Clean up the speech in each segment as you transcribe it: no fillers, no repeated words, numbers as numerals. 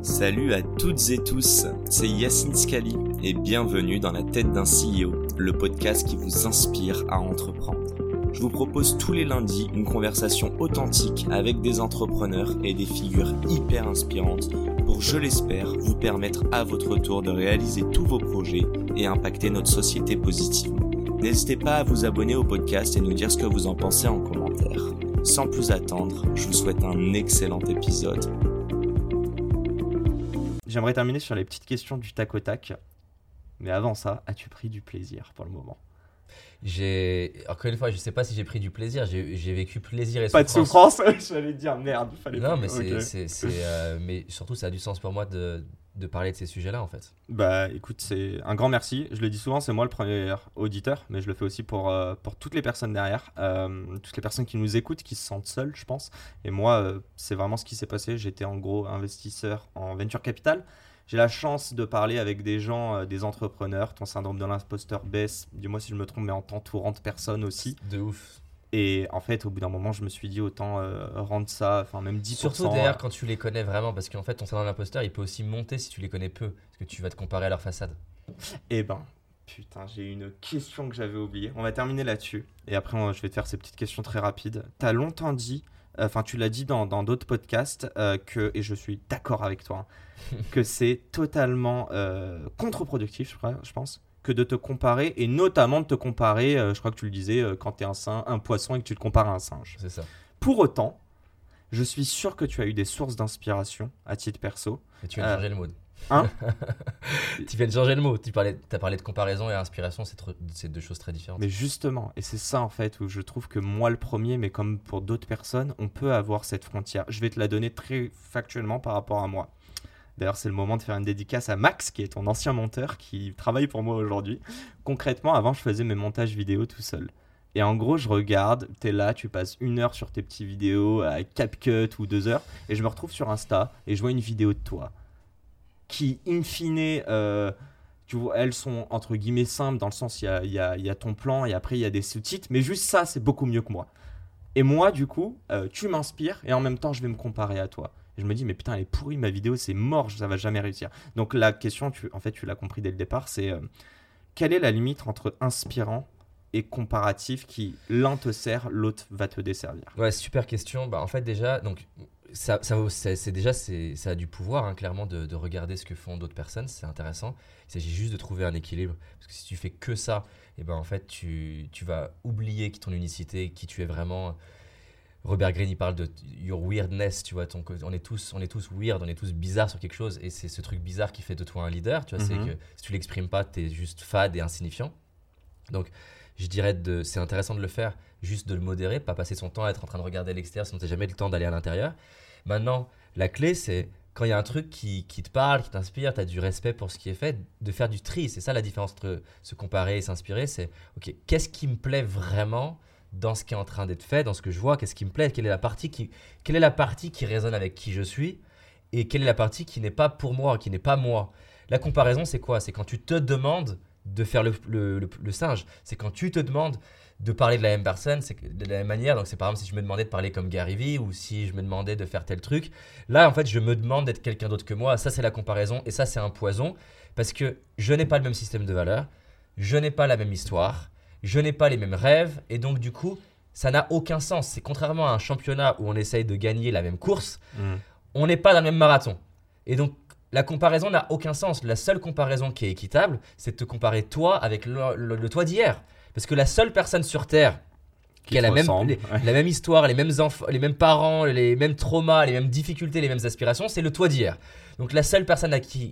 Salut à toutes et tous, c'est Yacine Scali et bienvenue dans la tête d'un CEO, le podcast qui vous inspire à entreprendre. Je vous propose tous les lundis une conversation authentique avec des entrepreneurs et des figures hyper inspirantes pour, je l'espère, vous permettre à votre tour de réaliser tous vos projets et impacter notre société positivement. N'hésitez pas à vous abonner au podcast et nous dire ce que vous en pensez en commentaire. Sans plus attendre, je vous souhaite un excellent épisode. J'aimerais terminer sur les petites questions du tac au tac. Mais avant ça, as-tu pris du plaisir pour le moment ? Encore une fois, je sais pas si j'ai pris du plaisir. J'ai vécu plaisir et pas souffrance. Pas de souffrance. J'allais te dire merde. Fallait non, pas. mais Okay. mais surtout, ça a du sens pour moi de parler de ces sujets-là, en fait. Bah, écoute, c'est un grand merci. Je le dis souvent, c'est moi le premier auditeur, mais je le fais aussi pour toutes les personnes derrière, toutes les personnes qui nous écoutent, qui se sentent seules, je pense. Et moi, c'est vraiment ce qui s'est passé. J'étais en gros investisseur en venture capital. J'ai la chance de parler avec des gens, des entrepreneurs. Ton syndrome de l'imposteur baisse, dis-moi si je me trompe, mais en t'entourant de personnes aussi. De ouf. Et en fait, au bout d'un moment, je me suis dit autant rendre ça, enfin même 10%. Surtout d'ailleurs quand tu les connais vraiment, parce qu'en fait, ton syndrome de l'imposteur, il peut aussi monter si tu les connais peu, parce que tu vas te comparer à leur façade. Eh ben, putain, j'ai une question que j'avais oubliée. On va terminer là-dessus. Et après, je vais te faire ces petites questions très rapides. T'as longtemps dit, tu l'as dit dans d'autres podcasts, et je suis d'accord avec toi, que c'est totalement contre-productif, je pense, que de te comparer, et notamment de te comparer, je crois que tu le disais, quand tu es un poisson et que tu te compares à un singe. C'est ça. Pour autant, je suis sûr que tu as eu des sources d'inspiration à titre perso. Et tu viens de changer le mot. Hein Tu viens de changer le mot. Tu as parlé de comparaison et inspiration, c'est deux choses très différentes. Mais justement, et c'est ça en fait où je trouve que moi le premier, mais comme pour d'autres personnes, on peut avoir cette frontière. Je vais te la donner très factuellement par rapport à moi. D'ailleurs, c'est le moment de faire une dédicace à Max, qui est ton ancien monteur, qui travaille pour moi aujourd'hui. Concrètement, avant, je faisais mes montages vidéo tout seul. Et en gros, je regarde, t'es là, tu passes 1 heure sur tes petites vidéos à CapCut ou 2 heures, et je me retrouve sur Insta et je vois une vidéo de toi qui, in fine, tu vois, elles sont entre guillemets simples, dans le sens, il y a ton plan et après, il y a des sous-titres, mais juste ça, c'est beaucoup mieux que moi. Et moi, du coup, tu m'inspires et en même temps, je vais me comparer à toi. Et je me dis, mais putain, elle est pourrie, ma vidéo, c'est mort, ça va jamais réussir. Donc la question, tu l'as compris dès le départ, c'est quelle est la limite entre inspirant et comparatif qui l'un te sert, l'autre va te desservir? Ouais, super question. Bah, en fait, déjà, donc, ça a du pouvoir, hein, clairement, de regarder ce que font d'autres personnes. C'est intéressant. Il s'agit juste de trouver un équilibre. Parce que si tu fais que ça, et ben, en fait, tu vas oublier ton unicité, qui tu es vraiment. Robert Greene, il parle de your weirdness, tu vois, on est tous weird, on est tous bizarres sur quelque chose, et c'est ce truc bizarre qui fait de toi un leader, tu vois, c'est que si tu l'exprimes pas, t'es juste fade et insignifiant. Donc, je dirais c'est intéressant de le faire, juste de le modérer, pas passer son temps à être en train de regarder à l'extérieur, sinon t'as jamais le temps d'aller à l'intérieur. Maintenant, la clé, c'est quand il y a un truc qui te parle, qui t'inspire, t'as du respect pour ce qui est fait, de faire du tri. C'est ça la différence entre se comparer et s'inspirer, c'est ok, qu'est-ce qui me plaît vraiment dans ce qui est en train d'être fait, dans ce que je vois, qu'est-ce qui me plaît, quelle est la partie qui résonne avec qui je suis et quelle est la partie qui n'est pas pour moi, qui n'est pas moi. La comparaison, c'est quoi ? C'est quand tu te demandes de faire le singe. C'est quand tu te demandes de parler de la même personne, c'est de la même manière. Donc c'est par exemple si je me demandais de parler comme Gary Vee ou si je me demandais de faire tel truc. Là, en fait, je me demande d'être quelqu'un d'autre que moi. Ça, c'est la comparaison et ça, c'est un poison parce que je n'ai pas le même système de valeurs, je n'ai pas la même histoire, je n'ai pas les mêmes rêves et donc du coup, ça n'a aucun sens. C'est contrairement à un championnat où on essaye de gagner la même course, on n'est pas dans le même marathon. Et donc, la comparaison n'a aucun sens. La seule comparaison qui est équitable, c'est de te comparer toi avec le toi d'hier. Parce que la seule personne sur Terre qui a la même histoire, les mêmes enfants, les mêmes parents, les mêmes traumas, les mêmes difficultés, les mêmes aspirations, c'est le toi d'hier. Donc la seule personne à qui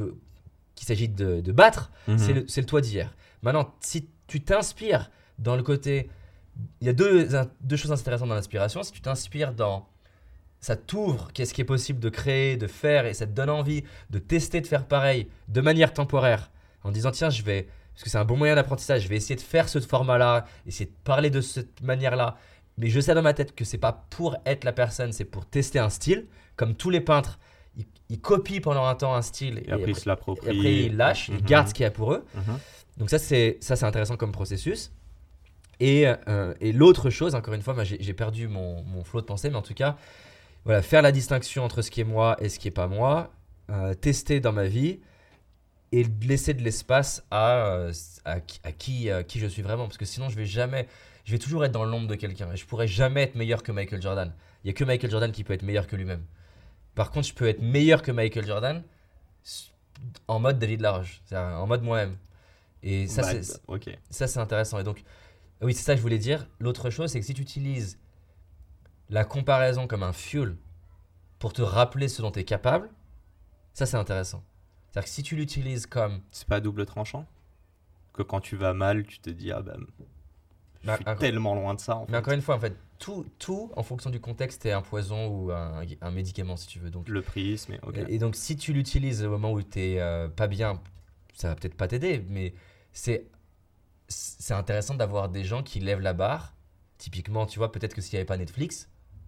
s'agit de battre, c'est le toi d'hier. Maintenant, si tu t'inspires dans le côté… Il y a deux choses intéressantes dans l'inspiration. Si tu t'inspires dans… Ça t'ouvre qu'est-ce qui est possible de créer, de faire et ça te donne envie de tester, de faire pareil de manière temporaire en disant tiens, parce que c'est un bon moyen d'apprentissage, je vais essayer de faire ce format-là, essayer de parler de cette manière-là. Mais je sais dans ma tête que c'est pas pour être la personne, c'est pour tester un style. Comme tous les peintres, ils copient pendant un temps un style et après ils se l'approprient. Et après ils lâchent, ils gardent ce qu'il y a pour eux. Donc ça c'est intéressant comme processus. Et l'autre chose, encore une fois, j'ai perdu mon flot de pensée, mais en tout cas, voilà, faire la distinction entre ce qui est moi et ce qui est pas moi. tester dans ma vie et laisser de l'espace à qui je suis vraiment. Parce que sinon, je vais toujours être dans l'ombre de quelqu'un. Et je pourrais jamais être meilleur que Michael Jordan. Il n'y a que Michael Jordan qui peut être meilleur que lui-même. Par contre, je peux être meilleur que Michael Jordan en mode David Laroche, c'est-à-dire en mode moi-même. Et ça, c'est intéressant. Et donc, oui, c'est ça que je voulais dire. L'autre chose, c'est que si tu utilises la comparaison comme un fuel pour te rappeler ce dont tu es capable, ça, c'est intéressant. C'est-à-dire que si tu l'utilises comme... C'est pas à double tranchant? Que quand tu vas mal, tu te dis, je suis tellement loin de ça. Mais encore une fois, en fait, tout en fonction du contexte, est un poison ou un médicament, si tu veux. Donc, le prisme, okay. Et donc, si tu l'utilises au moment où tu n'es pas bien, ça va peut-être pas t'aider, mais c'est intéressant d'avoir des gens qui lèvent la barre. Typiquement, tu vois, peut-être que s'il n'y avait pas Netflix,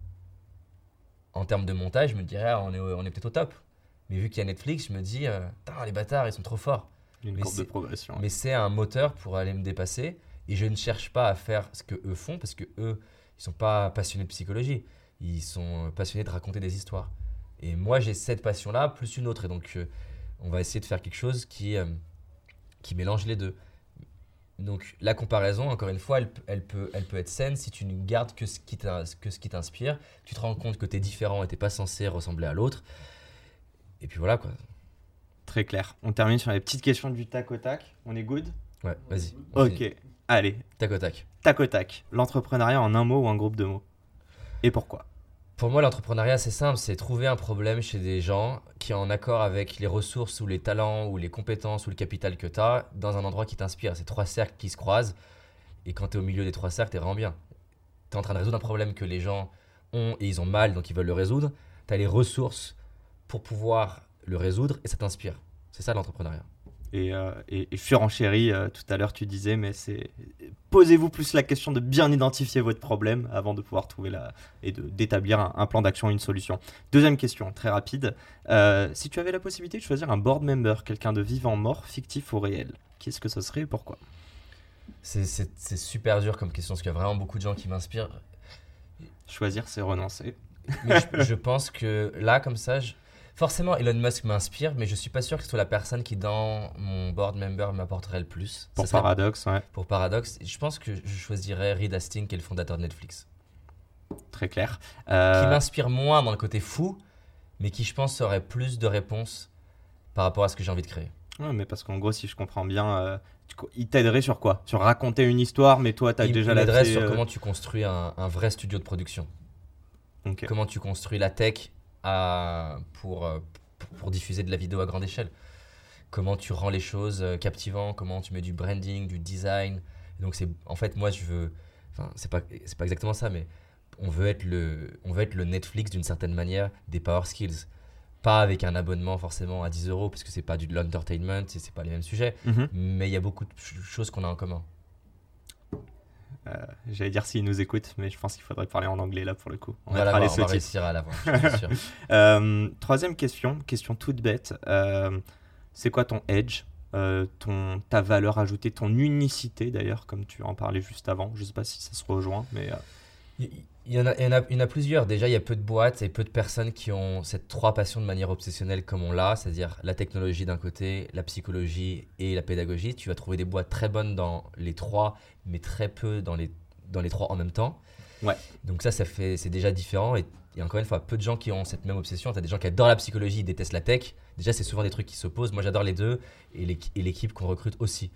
en termes de montage, je me dirais, on est peut-être au top. Mais vu qu'il y a Netflix, je me dis, les bâtards, ils sont trop forts. Une courbe de progression. Mais c'est un moteur pour aller me dépasser. Et je ne cherche pas à faire ce que eux font, parce que eux, ils sont pas passionnés de psychologie. Ils sont passionnés de raconter des histoires. Et moi, j'ai cette passion-là, plus une autre. Et donc, on va essayer de faire quelque chose qui mélange les deux. Donc, la comparaison, encore une fois, elle peut être saine si tu ne gardes que ce qui t'inspire. Tu te rends compte que tu es différent et tu n'es pas censé ressembler à l'autre. Et puis voilà, quoi. Très clair. On termine sur les petites questions du tac au tac. On est good? Ouais, vas-y. Ok. Allez. Tac au tac. Tac au tac. L'entrepreneuriat en un mot ou un groupe de mots? Et pourquoi? Pour moi, l'entrepreneuriat, c'est simple. C'est trouver un problème chez des gens qui est en accord avec les ressources ou les talents ou les compétences ou le capital que tu as dans un endroit qui t'inspire. C'est 3 cercles qui se croisent. Et quand tu es au milieu des 3 cercles, tu es vraiment bien. Tu es en train de résoudre un problème que les gens ont et ils ont mal, donc ils veulent le résoudre. Tu as les ressources pour pouvoir le résoudre et ça t'inspire. C'est ça l'entrepreneuriat. Et Furenchéri, tout à l'heure tu disais, mais posez-vous plus la question de bien identifier votre problème avant de pouvoir trouver d'établir un plan d'action, une solution. Deuxième question, très rapide. Si tu avais la possibilité de choisir un board member, quelqu'un de vivant, mort, fictif ou réel, qu'est-ce que ce serait et pourquoi? C'est super dur comme question parce qu'il y a vraiment beaucoup de gens qui m'inspirent. Choisir, c'est renoncer. Mais je pense que là, comme ça, forcément, Elon Musk m'inspire, mais je ne suis pas sûr que ce soit la personne qui, dans mon board member, m'apporterait le plus. Pour Paradox, ouais. Pour Paradox, je pense que je choisirais Reed Hastings, qui est le fondateur de Netflix. Très clair. Qui m'inspire moins dans le côté fou, mais qui, je pense, aurait plus de réponses par rapport à ce que j'ai envie de créer. Ouais, mais parce qu'en gros, si je comprends bien, il t'aiderait sur quoi? Sur raconter une histoire, mais toi, tu as déjà la Il m'aiderait sur comment tu construis un vrai studio de production. Okay. Comment tu construis la tech pour diffuser de la vidéo à grande échelle. Comment tu rends les choses captivantes, comment tu mets du branding, du design. Et donc en fait, moi, c'est pas exactement ça, mais on veut être le Netflix d'une certaine manière des power skills. Pas avec un abonnement forcément à 10 €, parce que c'est pas de l'entertainment, c'est pas les mêmes sujets, mais il y a beaucoup de choses qu'on a en commun. J'allais dire s'ils nous écoutent, mais je pense qu'il faudrait parler en anglais là pour le coup. On va réussir à l'avoir, je suis sûr. Troisième question toute bête. C'est quoi ton edge, ta valeur ajoutée, ton unicité d'ailleurs, comme tu en parlais juste avant? Je sais pas si ça se rejoint, mais... Il y en a plusieurs. Déjà, il y a peu de boîtes et peu de personnes qui ont cette 3 passions de manière obsessionnelle comme on l'a, c'est-à-dire la technologie d'un côté, la psychologie et la pédagogie. Tu vas trouver des boîtes très bonnes dans les 3, mais très peu dans les 3 en même temps. Ouais. Donc c'est déjà différent. Et encore une fois, peu de gens qui ont cette même obsession. Tu as des gens qui adorent la psychologie, détestent la tech. Déjà, c'est souvent des trucs qui s'opposent. Moi, j'adore les deux et l'équipe qu'on recrute aussi.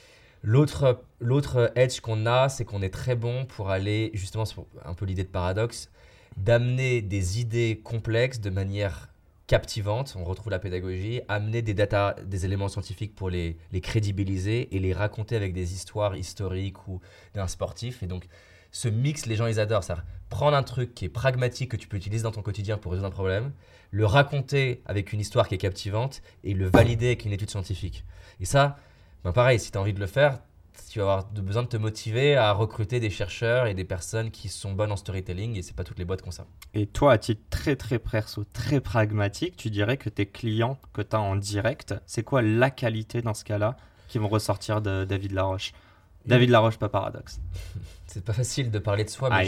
L'autre edge qu'on a, c'est qu'on est très bon pour aller, justement, c'est un peu l'idée de Paradox, d'amener des idées complexes de manière captivante. On retrouve la pédagogie, amener des data, des éléments scientifiques pour les crédibiliser et les raconter avec des histoires historiques ou d'un sportif. Et donc, ce mix, les gens, ils adorent. C'est-à-dire prendre un truc qui est pragmatique, que tu peux utiliser dans ton quotidien pour résoudre un problème, le raconter avec une histoire qui est captivante et le valider avec une étude scientifique. Et ça... pareil, si tu as envie de le faire, tu vas avoir besoin de te motiver à recruter des chercheurs et des personnes qui sont bonnes en storytelling, et c'est pas toutes les boîtes qui ont ça. Et toi, à titre très très perso, très pragmatique, tu dirais que tes clients que tu as en direct, c'est quoi la qualité dans ce cas-là qui vont ressortir de David Laroche? David Laroche, pas Paradox. C'est pas facile de parler de soi, mais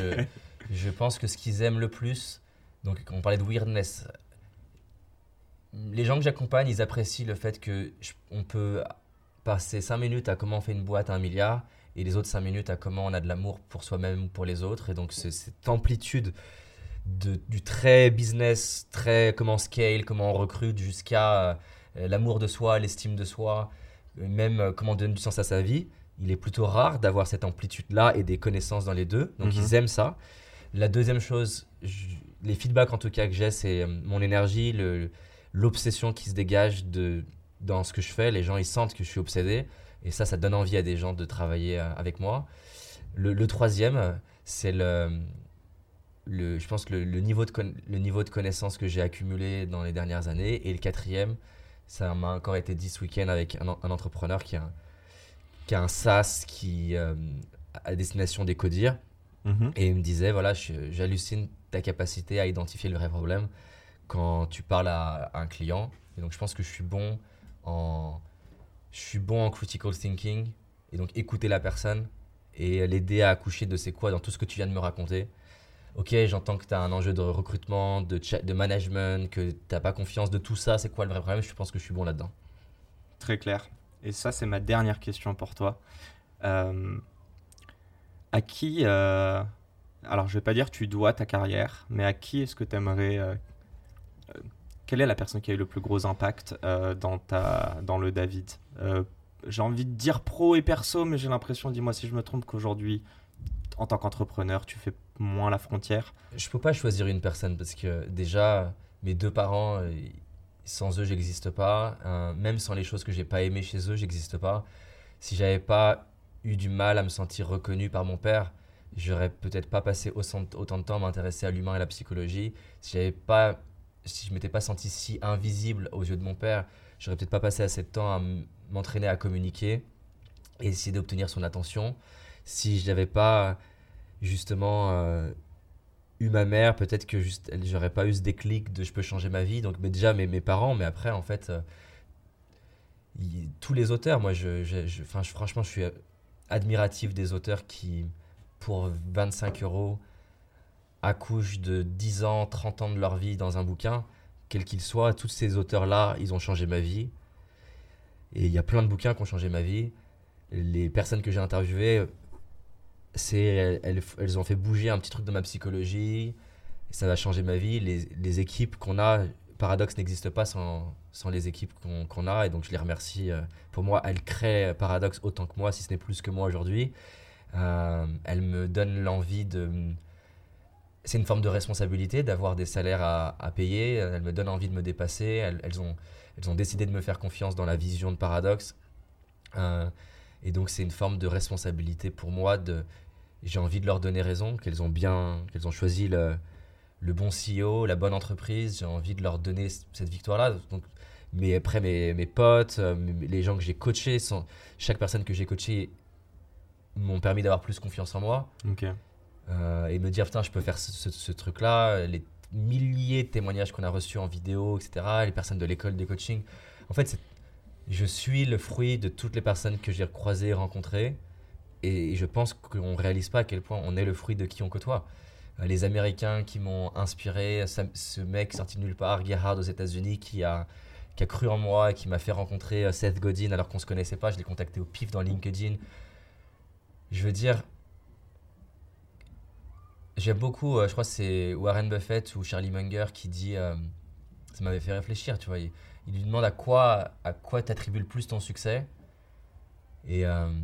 je pense que ce qu'ils aiment le plus, donc on parlait de weirdness, les gens que j'accompagne, ils apprécient le fait on peut passer 5 minutes à comment on fait une boîte à 1 milliard et les autres 5 minutes à comment on a de l'amour pour soi-même ou pour les autres. Et donc, c'est cette amplitude du très business, très comment scale, comment on recrute, jusqu'à l'amour de soi, l'estime de soi, même comment donner du sens à sa vie. Il est plutôt rare d'avoir cette amplitude-là et des connaissances dans les deux. Donc, ils aiment ça. La deuxième chose, les feedbacks en tout cas que j'ai, c'est mon énergie, l'obsession qui se dégage dans ce que je fais. Les gens, ils sentent que je suis obsédé. Et ça donne envie à des gens de travailler avec moi. Le troisième, c'est je pense le niveau de connaissance que j'ai accumulé dans les dernières années. Et le quatrième, ça m'a encore été dit ce week-end avec un entrepreneur qui a un SaaS à destination des codir. Et il me disait, voilà, j'hallucine ta capacité à identifier le vrai problème quand tu parles à un client. Et donc, je pense que je suis bon en critical thinking. Et donc, écouter la personne et l'aider à accoucher de c'est quoi dans tout ce que tu viens de me raconter. Ok, j'entends que tu as un enjeu de recrutement, de management, que tu n'as pas confiance de tout ça. C'est quoi le vrai problème? Je pense que je suis bon là-dedans. Très clair. Et ça, c'est ma dernière question pour toi. À qui, alors je vais pas dire tu dois ta carrière, mais à qui est-ce que tu aimerais, quelle est la personne qui a eu le plus gros impact dans le David? J'ai envie de dire pro et perso, mais j'ai l'impression, dis-moi si je me trompe, qu'aujourd'hui, en tant qu'entrepreneur, tu fais moins la frontière. Je peux pas choisir une personne parce que déjà, mes 2 parents, sans eux, j'existe pas. Même sans les choses que j'ai pas aimées chez eux, j'existe pas. Si j'avais pas eu du mal à me sentir reconnu par mon père, j'aurais peut-être pas passé autant de temps à m'intéresser à l'humain et à la psychologie. Si je m'étais pas senti si invisible aux yeux de mon père, j'aurais peut-être pas passé assez de temps à m'entraîner à communiquer et essayer d'obtenir son attention. Si je n'avais pas justement eu ma mère, peut-être que j'aurais pas eu ce déclic de je peux changer ma vie. Donc déjà mes parents, mais après en fait tous les auteurs, moi franchement je suis admiratif des auteurs qui pour 25 € accouchent de 10 ans, 30 ans de leur vie dans un bouquin, quel qu'il soit. Tous ces auteurs-là, ils ont changé ma vie. Et il y a plein de bouquins qui ont changé ma vie. Les personnes que j'ai interviewées, elles ont fait bouger un petit truc dans ma psychologie. Et ça va changer ma vie. Les équipes qu'on a, Paradox n'existe pas sans les équipes qu'on a. Et donc, je les remercie. Pour moi, elles créent Paradox autant que moi, si ce n'est plus que moi aujourd'hui. Elles me donnent l'envie c'est une forme de responsabilité d'avoir des salaires à payer. Elles me donnent envie de me dépasser. Elles ont décidé de me faire confiance dans la vision de Paradox. Et donc, c'est une forme de responsabilité pour moi. J'ai envie de leur donner raison, qu'elles ont choisi le bon CEO, la bonne entreprise. J'ai envie de leur donner cette victoire-là. Donc, mais après, mes potes, les gens que j'ai coachés, chaque personne que j'ai coachée m'ont permis d'avoir plus confiance en moi. Ok. Et me dire, putain, je peux faire ce truc-là. Les milliers de témoignages qu'on a reçus en vidéo, etc. Les personnes de l'école de coaching. En fait, je suis le fruit de toutes les personnes que j'ai croisées et rencontrées. Et je pense qu'on ne réalise pas à quel point on est le fruit de qui on côtoie. Les Américains qui m'ont inspiré, ce mec sorti de nulle part, Gerhard aux États-Unis, qui a cru en moi et qui m'a fait rencontrer Seth Godin alors qu'on ne se connaissait pas. Je l'ai contacté au pif dans LinkedIn. Je veux dire, j'aime beaucoup, je crois que c'est Warren Buffett ou Charlie Munger qui dit, ça m'avait fait réfléchir, tu vois. Il lui demande à quoi t'attribues le plus ton succès. Et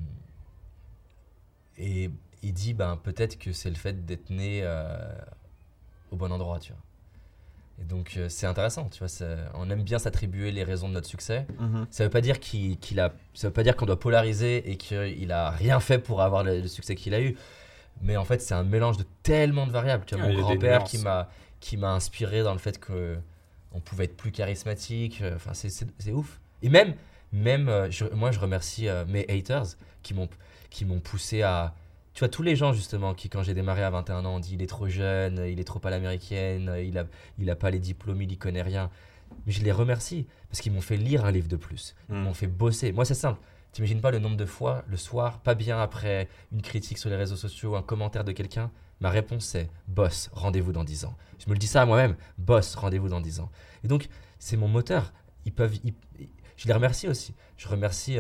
il dit, peut-être que c'est le fait d'être né au bon endroit, tu vois. Et donc, c'est intéressant, tu vois. On aime bien s'attribuer les raisons de notre succès. Ça veut pas dire ça veut pas dire qu'on doit polariser et qu'il a rien fait pour avoir le succès qu'il a eu. Mais en fait, c'est un mélange de tellement de variables. Tu vois, mon grand-père qui m'a inspiré dans le fait qu'on pouvait être plus charismatique. Enfin, c'est ouf. Et même moi, je remercie mes haters qui m'ont poussé à... Tu vois, tous les gens, justement, qui, quand j'ai démarré à 21 ans, ont dit « il est trop jeune, il est trop à l'américaine, il a pas les diplômes, il y connaît rien ». Mais je les remercie parce qu'ils m'ont fait lire un livre de plus. Ils m'ont fait bosser. Moi, c'est simple. T'imagines pas le nombre de fois, le soir, pas bien après une critique sur les réseaux sociaux, un commentaire de quelqu'un, Ma réponse c'est boss, rendez-vous dans 10 ans. Je me le dis ça à moi-même, boss, rendez-vous dans 10 ans. Et donc, c'est mon moteur. Je les remercie aussi. Je remercie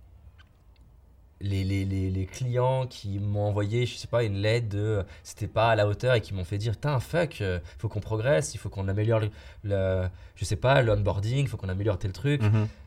les clients qui m'ont envoyé, je sais pas, une lettre de c'était pas à la hauteur et qui m'ont fait dire putain, fuck, faut qu'on progresse, il faut qu'on améliore je sais pas, l'onboarding, il faut qu'on améliore tel truc.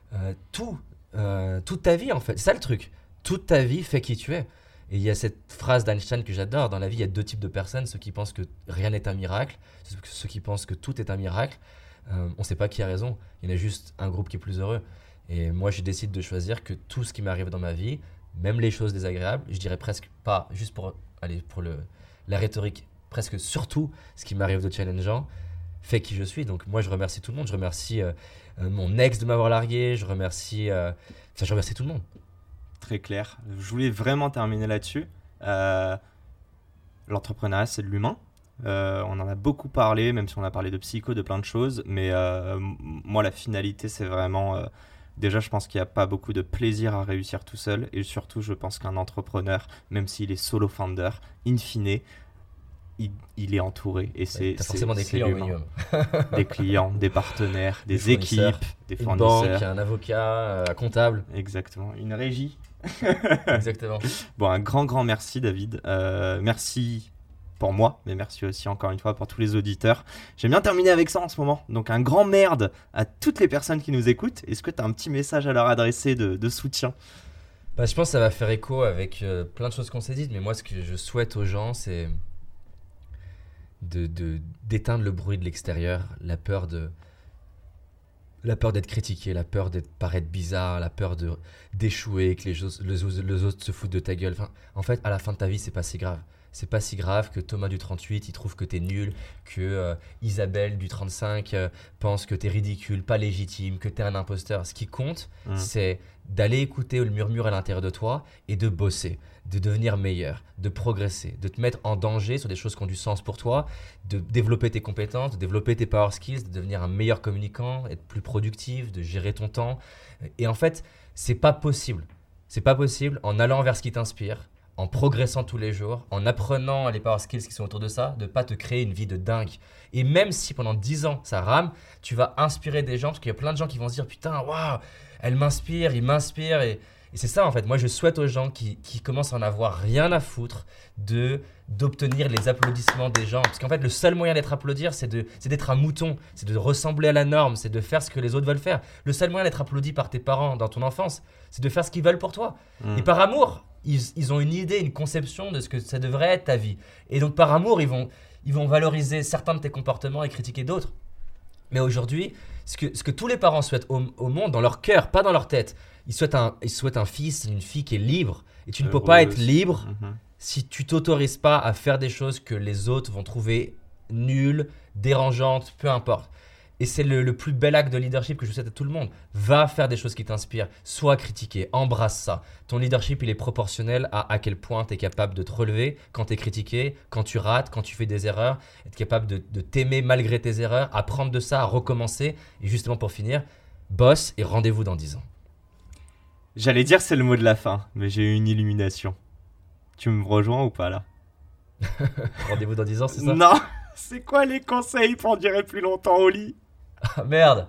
Toute ta vie en fait, c'est ça le truc. Toute ta vie fait qui tu es. Et il y a cette phrase d'Einstein que j'adore, dans la vie il y a 2 types de personnes, ceux qui pensent que rien n'est un miracle, ceux qui pensent que tout est un miracle. On sait pas qui a raison, il y en a juste un groupe qui est plus heureux. Et moi je décide de choisir que tout ce qui m'arrive dans ma vie, même les choses désagréables, je dirais presque pas, juste pour la rhétorique, presque surtout ce qui m'arrive de challengeant, fait qui je suis. Donc moi je remercie tout le monde, je remercie mon ex de m'avoir largué, je remercie tout le monde. Très clair. Je voulais vraiment terminer là-dessus. L'entrepreneuriat, c'est de l'humain. On en a beaucoup parlé, même si on a parlé de psycho, de plein de choses. Mais moi, la finalité, c'est vraiment... déjà, je pense qu'il n'y a pas beaucoup de plaisir à réussir tout seul. Et surtout, je pense qu'un entrepreneur, même s'il est solo founder, in fine, il est entouré. Et t'as forcément des clients au minimum. Des clients, des partenaires, des équipes, des une fournisseurs. banque, un avocat, un comptable. Exactement, une régie. Exactement. Bon, un grand merci David. Merci pour moi, mais merci aussi encore une fois pour tous les auditeurs. J'aime bien terminer avec ça en ce moment. Donc un grand merde à toutes les personnes qui nous écoutent. Est-ce que tu as un petit message à leur adresser de soutien ? Je pense que ça va faire écho avec plein de choses qu'on s'est dites, mais moi ce que je souhaite aux gens c'est d'éteindre le bruit de l'extérieur, la peur d'être critiqué, la peur d'être paraître bizarre, la peur d'échouer, que les autres se foutent de ta gueule. Enfin, en fait, à la fin de ta vie, c'est pas si grave. C'est pas si grave que Thomas du 38, il trouve que t'es nul, que Isabelle du 35 pense que t'es ridicule, pas légitime, que t'es un imposteur. Ce qui compte, c'est d'aller écouter le murmure à l'intérieur de toi et de bosser, de devenir meilleur, de progresser, de te mettre en danger sur des choses qui ont du sens pour toi, de développer tes compétences, de développer tes power skills, de devenir un meilleur communicant, être plus productif, de gérer ton temps. Et en fait, c'est pas possible. C'est pas possible en allant vers ce qui t'inspire, en progressant tous les jours, en apprenant les power skills qui sont autour de ça, de pas te créer une vie de dingue. Et même si pendant 10 ans ça rame, tu vas inspirer des gens, parce qu'il y a plein de gens qui vont se dire putain, waouh, elle m'inspire, il m'inspire. Et c'est ça en fait, moi je souhaite aux gens qui commencent à en avoir rien à foutre d'obtenir les applaudissements des gens. Parce qu'en fait le seul moyen d'être applaudi, c'est d'être un mouton, c'est de ressembler à la norme, c'est de faire ce que les autres veulent faire. Le seul moyen d'être applaudi par tes parents dans ton enfance, c'est de faire ce qu'ils veulent pour toi. Et par amour, ils ont une idée, une conception de ce que ça devrait être ta vie. Et donc par amour, ils vont valoriser certains de tes comportements et critiquer d'autres. Mais aujourd'hui, ce que tous les parents souhaitent au monde, dans leur cœur, pas dans leur tête, ils souhaitent un fils, une fille qui est libre. Et tu ne peux pas être libre si tu t'autorises pas à faire des choses que les autres vont trouver nulles, dérangeantes, peu importe. Et c'est le plus bel acte de leadership que je souhaite à tout le monde. Va faire des choses qui t'inspirent, sois critiqué, embrasse ça. Ton leadership, il est proportionnel à quel point tu es capable de te relever quand tu es critiqué, quand tu rates, quand tu fais des erreurs, être capable de t'aimer malgré tes erreurs, apprendre de ça, à recommencer. Et justement pour finir, boss et rendez-vous dans 10 ans. J'allais dire c'est le mot de la fin, mais j'ai eu une illumination. Tu me rejoins ou pas là ? Rendez-vous dans 10 ans, c'est ça ? Non. C'est quoi les conseils pour durer plus longtemps au lit ? Ah merde.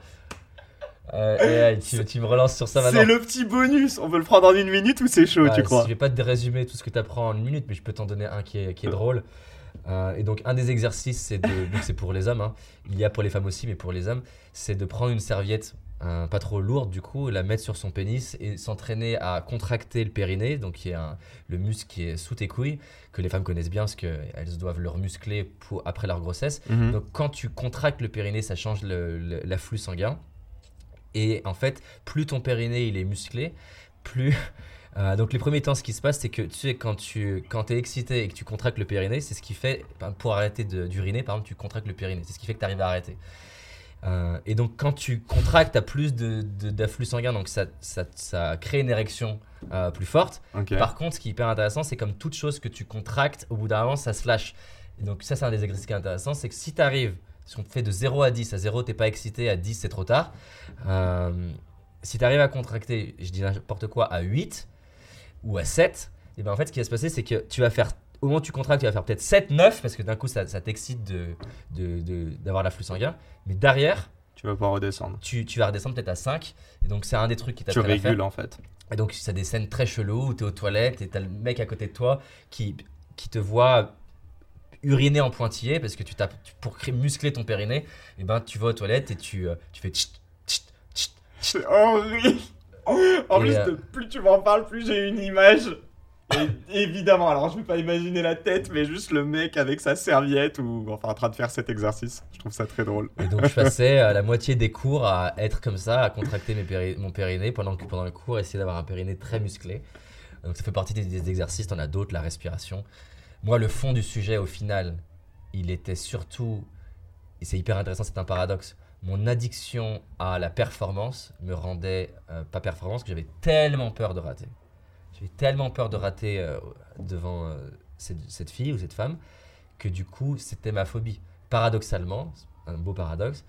Tu me relances sur ça maintenant. C'est le petit bonus. On veut le prendre en 1 minute ou c'est chaud, tu crois ? Je vais pas te résumer tout ce que tu apprends en 1 minute, mais je peux t'en donner un qui est drôle. Et donc un des exercices, donc c'est pour les hommes, hein. Il y a pour les femmes aussi, mais pour les hommes, c'est de prendre une serviette pas trop lourde du coup, la mettre sur son pénis et s'entraîner à contracter le périnée, donc qui est le muscle qui est sous tes couilles, que les femmes connaissent bien parce qu'elles doivent le muscler après leur grossesse. Donc quand tu contractes le périnée, ça change l'afflux sanguin. Et en fait, plus ton périnée il est musclé, plus... donc les premiers temps, ce qui se passe, c'est que tu sais, quand tu es excité et que tu contractes le périnée, c'est ce qui fait, pour arrêter d'uriner, par exemple, tu contractes le périnée. C'est ce qui fait que tu arrives à arrêter. Et donc quand tu contractes, tu as plus d'afflux sanguin, donc ça crée une érection plus forte. Okay. Par contre, ce qui est hyper intéressant, c'est comme toute chose que tu contractes, au bout d'un moment, ça se lâche. Et donc ça, c'est un des exercices qui est intéressant, c'est que si tu arrives, si on te fait de 0 à 10, à 0 t'es pas excité, à 10 c'est trop tard. Si tu arrives à contracter, je dis n'importe quoi, à 8 ou à 7, et ben en fait ce qui va se passer, c'est que tu vas faire au moment où tu contractes, tu vas faire peut-être 7, 9 parce que d'un coup, ça t'excite d'avoir l'afflux sanguin. Mais derrière, Tu vas pas redescendre. tu vas redescendre peut-être à 5. Et donc, c'est un des trucs qui Tu t'apprennent à faire. régules en fait. Et donc, c'est des scènes très cheloues où tu es aux toilettes et tu as le mec à côté de toi qui te voit uriner en pointillé parce que pour muscler ton périnée, et ben, tu vas aux toilettes et tu fais tchit, tchit, tchit. C'est horrible. En plus, plus tu m'en parles, plus j'ai une image. Et évidemment, alors je vais pas imaginer la tête, mais juste le mec avec sa serviette ou enfin en train de faire cet exercice. Je trouve ça très drôle. Et donc, je passais la moitié des cours à être comme ça, à contracter mon périnée pendant le cours, essayer d'avoir un périnée très musclé. Donc, ça fait partie des exercices. T'en as d'autres, la respiration. Moi, le fond du sujet, au final, il était surtout, et c'est hyper intéressant, c'est un paradoxe, mon addiction à la performance me rendait pas performance, que j'avais tellement peur de rater. J'avais tellement peur de rater devant cette fille ou cette femme que du coup, c'était ma phobie. Paradoxalement, un beau paradoxe,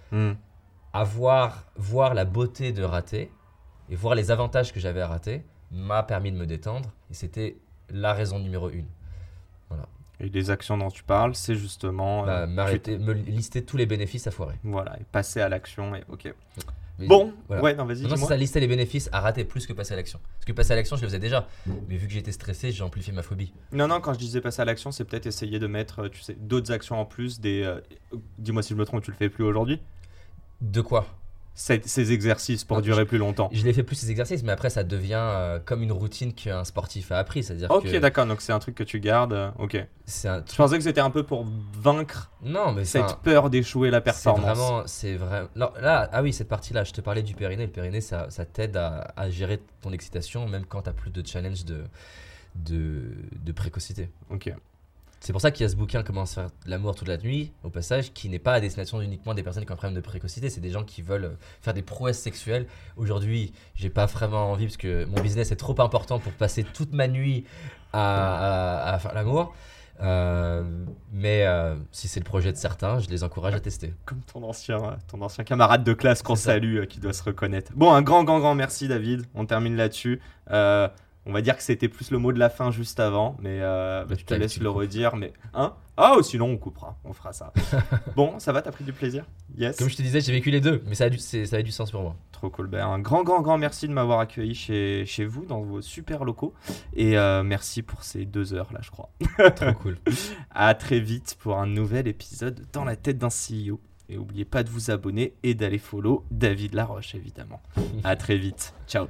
voir la beauté de rater et voir les avantages que j'avais à rater m'a permis de me détendre et c'était la raison numéro 1. Voilà. Et les actions dont tu parles, c'est justement... me lister tous les bénéfices à foirer. Voilà, et passer à l'action, et ok. Mais Bon, voilà. ouais, non, vas-y, Non, c'est dis-moi. ça, lister les bénéfices à rater plus que passer à l'action. Parce que passer à l'action, je le faisais déjà. Mais vu que j'étais stressé, j'ai amplifié ma phobie. Non, quand je disais passer à l'action, c'est peut-être essayer de mettre, tu sais, d'autres actions en plus, dis-moi si je me trompe, tu le fais plus aujourd'hui. De quoi ? Ces exercices pour durer plus longtemps. Je l'ai fait plus ces exercices, mais après ça devient comme une routine qu'un sportif a appris. C'est-à-dire Ok, que d'accord, donc c'est un truc que tu gardes, ok. c'est un Je pensais que c'était un peu pour vaincre Non, mais cette peur d'échouer la performance. C'est vraiment. Non, là, ah oui, cette partie-là, je te parlais du périnée. Le périnée, ça t'aide à gérer ton excitation, même quand tu n'as plus de challenge de précocité. Ok. C'est pour ça qu'il y a ce bouquin Comment se faire de l'amour toute la nuit, au passage, qui n'est pas à destination uniquement des personnes qui ont un problème de précocité. C'est des gens qui veulent faire des prouesses sexuelles. Aujourd'hui, j'ai pas vraiment envie parce que mon business est trop important pour passer toute ma nuit à faire l'amour. Mais si c'est le projet de certains, je les encourage à tester. Comme ton ancien camarade de classe qu'on salue, qui doit se reconnaître. Bon, un grand merci David, on termine là-dessus. On va dire que c'était plus le mot de la fin juste avant, mais je te laisse le redire. Mais sinon on coupera, on fera ça. Bon, ça va, t'as pris du plaisir? Yes. Comme je te disais, j'ai vécu les deux, mais ça a du sens pour moi. Trop cool. Ben, un grand merci de m'avoir accueilli chez vous, dans vos super locaux. Et merci pour ces 2 heures là, je crois. Trop cool. À très vite pour un nouvel épisode dans la tête d'un CEO. Et n'oubliez pas de vous abonner et d'aller follow David Laroche, évidemment. À très vite. Ciao.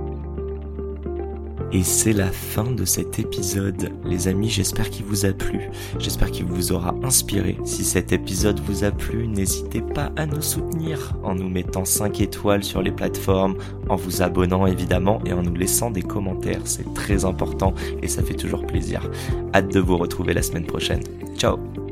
Et c'est la fin de cet épisode. Les amis, j'espère qu'il vous a plu. J'espère qu'il vous aura inspiré. Si cet épisode vous a plu, n'hésitez pas à nous soutenir en nous mettant 5 étoiles sur les plateformes, en vous abonnant évidemment et en nous laissant des commentaires. C'est très important et ça fait toujours plaisir. Hâte de vous retrouver la semaine prochaine. Ciao!